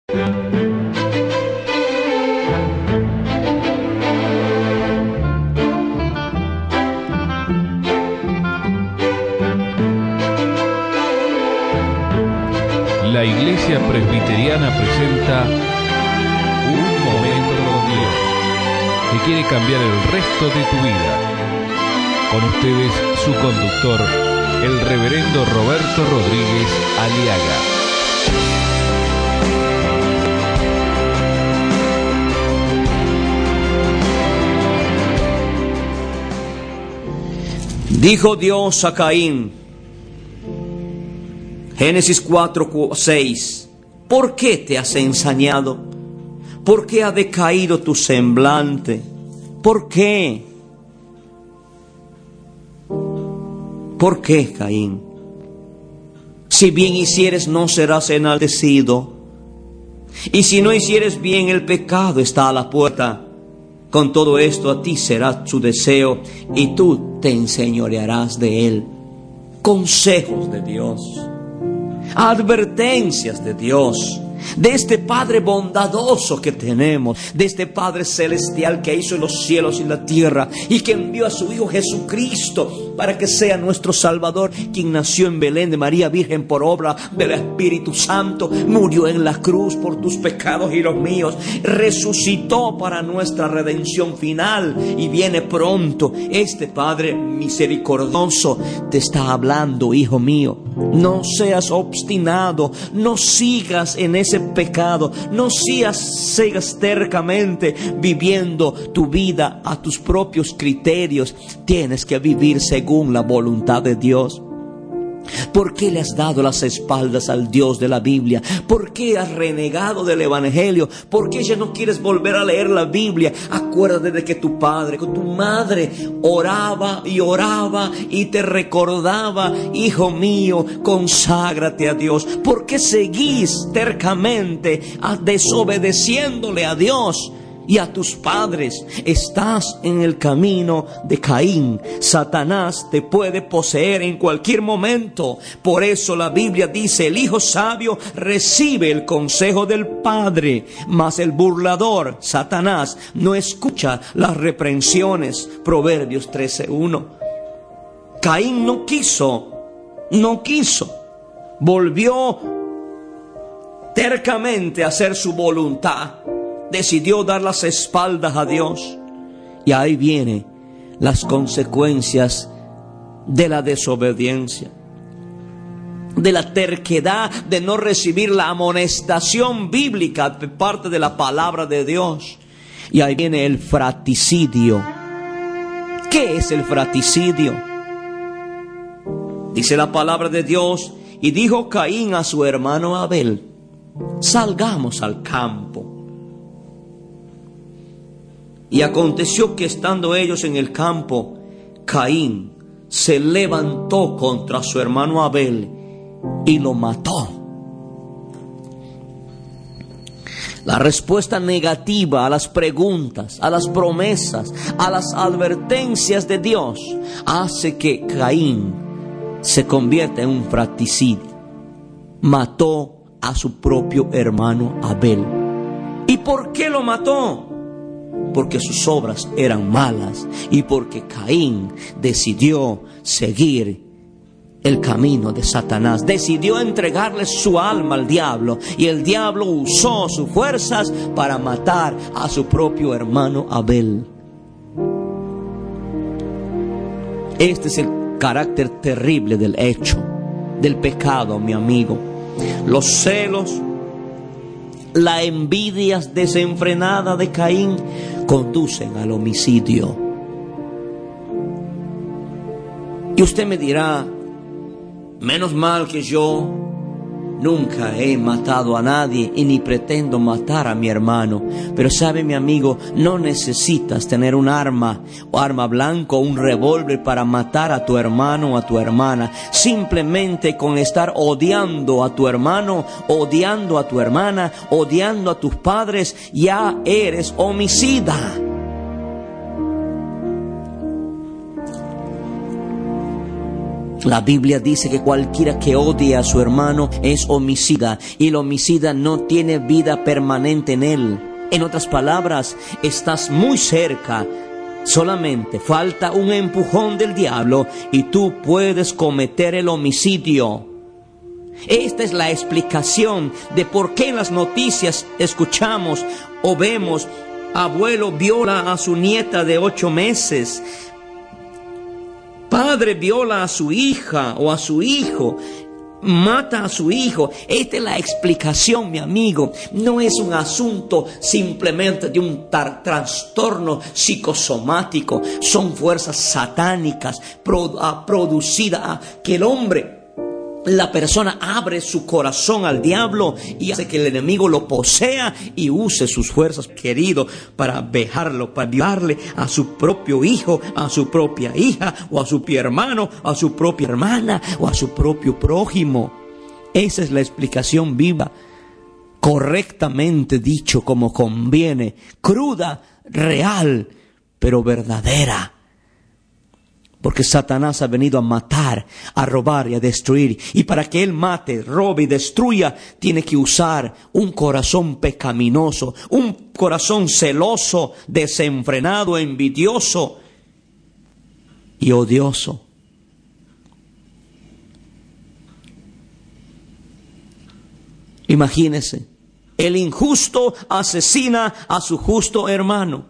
La Iglesia Presbiteriana presenta Un Momento con Dios, que quiere cambiar el resto de tu vida. Con ustedes, su conductor, el reverendo Roberto Rodríguez Aliaga. Dijo Dios a Caín, Génesis 4:6, ¿por qué te has ensañado? ¿Por qué ha decaído tu semblante? ¿Por qué? ¿Por qué, Caín? Si bien hicieres, no serás enaltecido. Y si no hicieres bien, el pecado está a la puerta. Con todo esto, a ti será su deseo, y tú te enseñorearás de él. Consejos de Dios, advertencias de Dios, de este Padre bondadoso que tenemos, de este Padre celestial que hizo los cielos y la tierra y que envió a su Hijo Jesucristo para que sea nuestro Salvador, quien nació en Belén de María Virgen por obra del Espíritu Santo, murió en la cruz por tus pecados y los míos, resucitó para nuestra redención final y viene pronto. Este Padre misericordioso te está hablando, hijo mío. No seas obstinado, no sigas en ese pecado, no sigas tercamente viviendo tu vida a tus propios criterios. Tienes que vivir según la voluntad de Dios. ¿Por qué le has dado las espaldas al Dios de la Biblia? ¿Por qué has renegado del Evangelio? ¿Por qué ya no quieres volver a leer la Biblia? Acuérdate de que tu padre, que tu madre oraba y te recordaba, hijo mío, conságrate a Dios. ¿Por qué seguís tercamente desobedeciéndole a Dios y a tus padres? Estás en el camino de Caín. Satanás te puede poseer en cualquier momento. Por eso la Biblia dice, el hijo sabio recibe el consejo del padre, mas el burlador, Satanás, no escucha las reprensiones. Proverbios 13:1. Caín no quiso, volvió tercamente a hacer su voluntad. Decidió dar las espaldas a Dios. Y ahí vienen las consecuencias de la desobediencia, de la terquedad de no recibir la amonestación bíblica de parte de la palabra de Dios. Y ahí viene el fratricidio. ¿Qué es el fratricidio? Dice la palabra de Dios, y dijo Caín a su hermano Abel, salgamos al campo. Y aconteció que estando ellos en el campo, Caín se levantó contra su hermano Abel y lo mató. La respuesta negativa a las preguntas, a las promesas, a las advertencias de Dios hace que Caín se convierta en un fratricidio. Mató a su propio hermano Abel. ¿Y por qué lo mató? Porque sus obras eran malas y porque Caín decidió seguir el camino de Satanás, decidió entregarle su alma al diablo, y el diablo usó sus fuerzas para matar a su propio hermano Abel. Este es el carácter terrible del hecho, del pecado, mi amigo. Los celos, la envidia desenfrenada de Caín conducen al homicidio. Y usted me dirá, menos mal que yo nunca he matado a nadie y ni pretendo matar a mi hermano. Pero sabe, mi amigo, no necesitas tener un arma blanca o un revólver para matar a tu hermano o a tu hermana. Simplemente con estar odiando a tu hermano, odiando a tu hermana, odiando a tus padres, ya eres homicida. La Biblia dice que cualquiera que odie a su hermano es homicida, y el homicida no tiene vida permanente en él. En otras palabras, estás muy cerca. Solamente falta un empujón del diablo y tú puedes cometer el homicidio. Esta es la explicación de por qué en las noticias escuchamos o vemos: abuelo viola a su nieta de 8 meses. Padre viola a su hija o a su hijo. Mata a su hijo. Esta es la explicación, mi amigo. No es un asunto simplemente de un trastorno psicosomático. Son fuerzas satánicas producidas que el hombre, la persona, abre su corazón al diablo y hace que el enemigo lo posea y use sus fuerzas, querido, para vejarlo, para violarle a su propio hijo, a su propia hija, o a su propio hermano, a su propia hermana, o a su propio prójimo. Esa es la explicación viva, correctamente dicho, como conviene, cruda, real, pero verdadera. Porque Satanás ha venido a matar, a robar y a destruir. Y para que él mate, robe y destruya, tiene que usar un corazón pecaminoso, un corazón celoso, desenfrenado, envidioso y odioso. Imagínese, el injusto asesina a su justo hermano.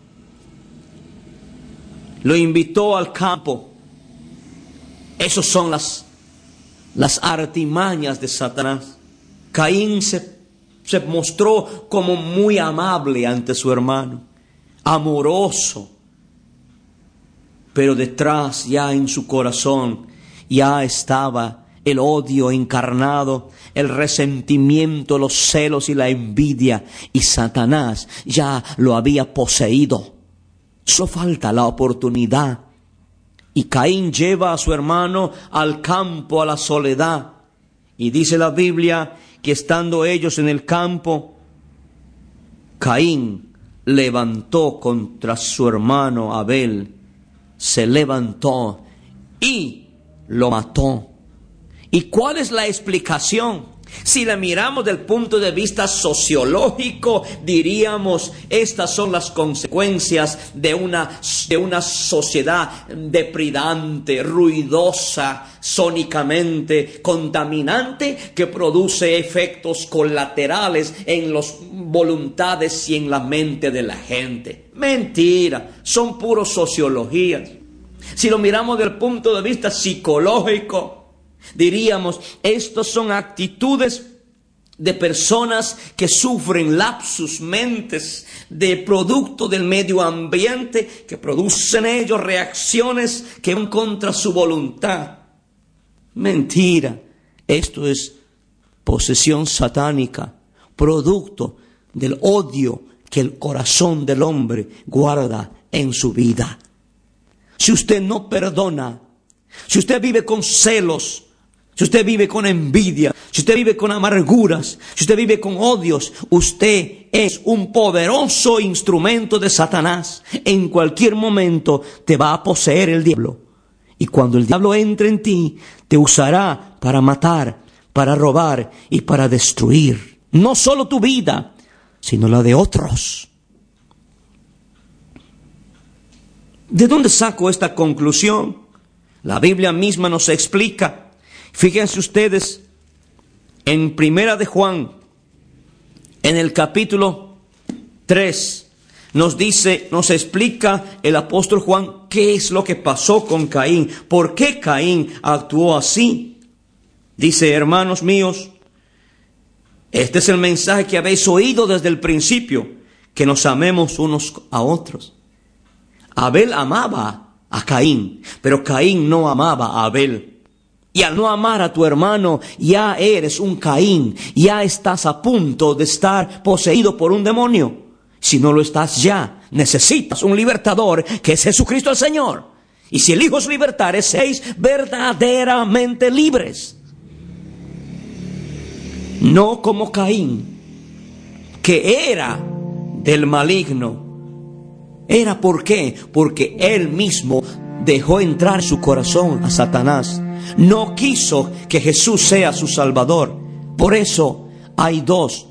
Lo invitó al campo. Esas son las artimañas de Satanás. Caín se mostró como muy amable ante su hermano, amoroso. Pero detrás, ya en su corazón, ya estaba el odio encarnado, el resentimiento, los celos y la envidia. Y Satanás ya lo había poseído. Solo falta la oportunidad. Y Caín lleva a su hermano al campo, a la soledad. Y dice la Biblia que estando ellos en el campo, Caín levantó contra su hermano Abel. Se levantó y lo mató. ¿Y cuál es la explicación? Si la miramos del punto de vista sociológico, diríamos: estas son las consecuencias de una sociedad depredante, ruidosa, sónicamente contaminante, que produce efectos colaterales en las voluntades y en la mente de la gente. Mentira, son puros sociologías. Si lo miramos del punto de vista psicológico, diríamos: estas son actitudes de personas que sufren lapsus mentes de producto del medio ambiente, que producen ellos reacciones que van contra su voluntad. Mentira. Esto es posesión satánica, producto del odio que el corazón del hombre guarda en su vida. Si usted no perdona, si usted vive con celos, si usted vive con envidia, si usted vive con amarguras, si usted vive con odios, usted es un poderoso instrumento de Satanás. En cualquier momento te va a poseer el diablo. Y cuando el diablo entre en ti, te usará para matar, para robar y para destruir. No solo tu vida, sino la de otros. ¿De dónde saco esta conclusión? La Biblia misma nos explica. Fíjense ustedes en Primera de Juan, en el capítulo 3, nos explica el apóstol Juan qué es lo que pasó con Caín, por qué Caín actuó así. Dice: hermanos míos, este es el mensaje que habéis oído desde el principio, que nos amemos unos a otros. Abel amaba a Caín, pero Caín no amaba a Abel. Y al no amar a tu hermano, ya eres un Caín, ya estás a punto de estar poseído por un demonio. Si no lo estás ya, necesitas un libertador, que es Jesucristo el Señor. Y si el Hijo os libertare, seréis verdaderamente libres. No como Caín, que era del maligno. ¿Era por qué? Porque él mismo dejó entrar su corazón a Satanás. no quiso que Jesús sea su Salvador. Por eso hay dos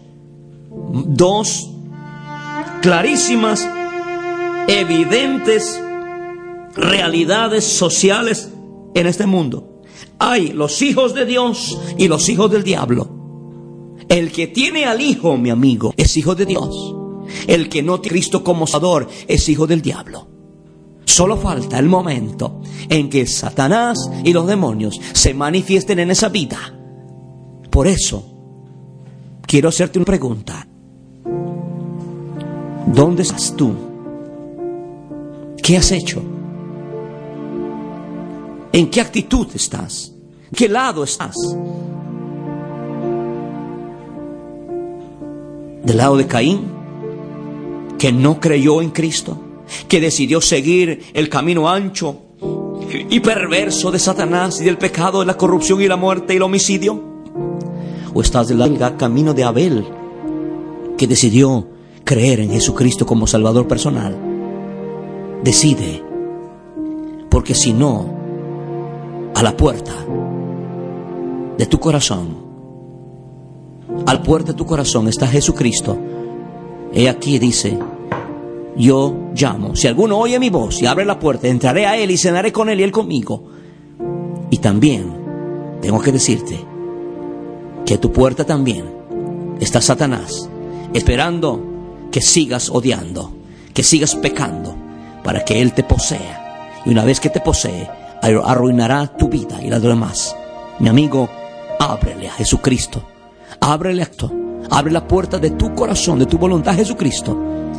clarísimas, evidentes realidades sociales en este mundo. Hay los hijos de Dios y los hijos del diablo. El que tiene al Hijo, mi amigo, es hijo de Dios. El que no tiene a Cristo como Salvador es hijo del diablo. Solo falta el momento en que Satanás y los demonios se manifiesten en esa vida. Por eso, quiero hacerte una pregunta. ¿Dónde estás tú? ¿Qué has hecho? ¿En qué actitud estás? ¿En qué lado estás? ¿Del lado de Caín, que no creyó en Cristo, que decidió seguir el camino ancho y perverso de Satanás y del pecado, de la corrupción y la muerte y el homicidio? ¿O estás del camino de Abel, que decidió creer en Jesucristo como Salvador personal? Decide, porque si no, a la puerta de tu corazón, a la puerta de tu corazón está Jesucristo. He aquí, dice: yo llamo. Si alguno oye mi voz y abre la puerta, entraré a él y cenaré con él y él conmigo. Y también tengo que decirte que a tu puerta también está Satanás, esperando que sigas odiando, que sigas pecando, para que él te posea. Y una vez que te posee, arruinará tu vida y la demás. Mi amigo, ábrele a Jesucristo. Ábrele esto. Abre la puerta de tu corazón, de tu voluntad a Jesucristo.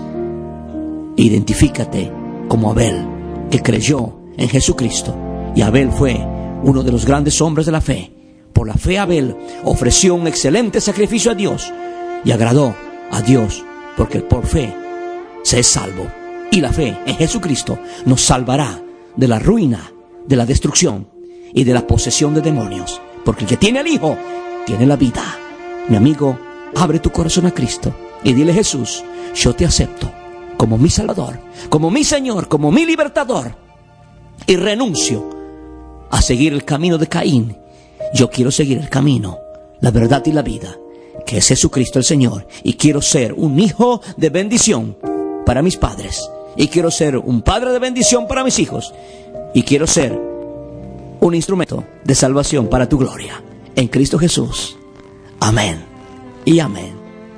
Identifícate como Abel, que creyó en Jesucristo. Y Abel fue uno de los grandes hombres de la fe. Por la fe, Abel ofreció un excelente sacrificio a Dios y agradó a Dios, porque por fe se es salvo. Y la fe en Jesucristo nos salvará de la ruina, de la destrucción y de la posesión de demonios. Porque el que tiene al Hijo tiene la vida. Mi amigo, abre tu corazón a Cristo y dile: Jesús, yo te acepto como mi Salvador, como mi Señor, como mi libertador, y renuncio a seguir el camino de Caín. Yo quiero seguir el camino, la verdad y la vida, que es Jesucristo el Señor, y quiero ser un hijo de bendición para mis padres, y quiero ser un padre de bendición para mis hijos, y quiero ser un instrumento de salvación para tu gloria, en Cristo Jesús. Amén y amén.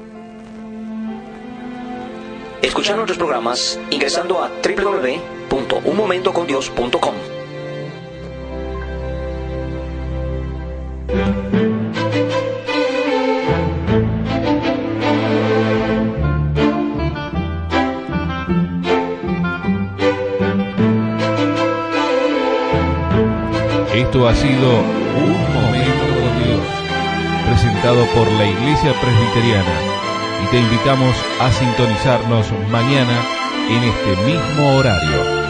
Escucha nuestros programas ingresando a www.unmomentocondios.com. Esto ha sido Un Momento con Dios, presentado por la Iglesia Presbiteriana, y te invitamos a sintonizarnos mañana en este mismo horario.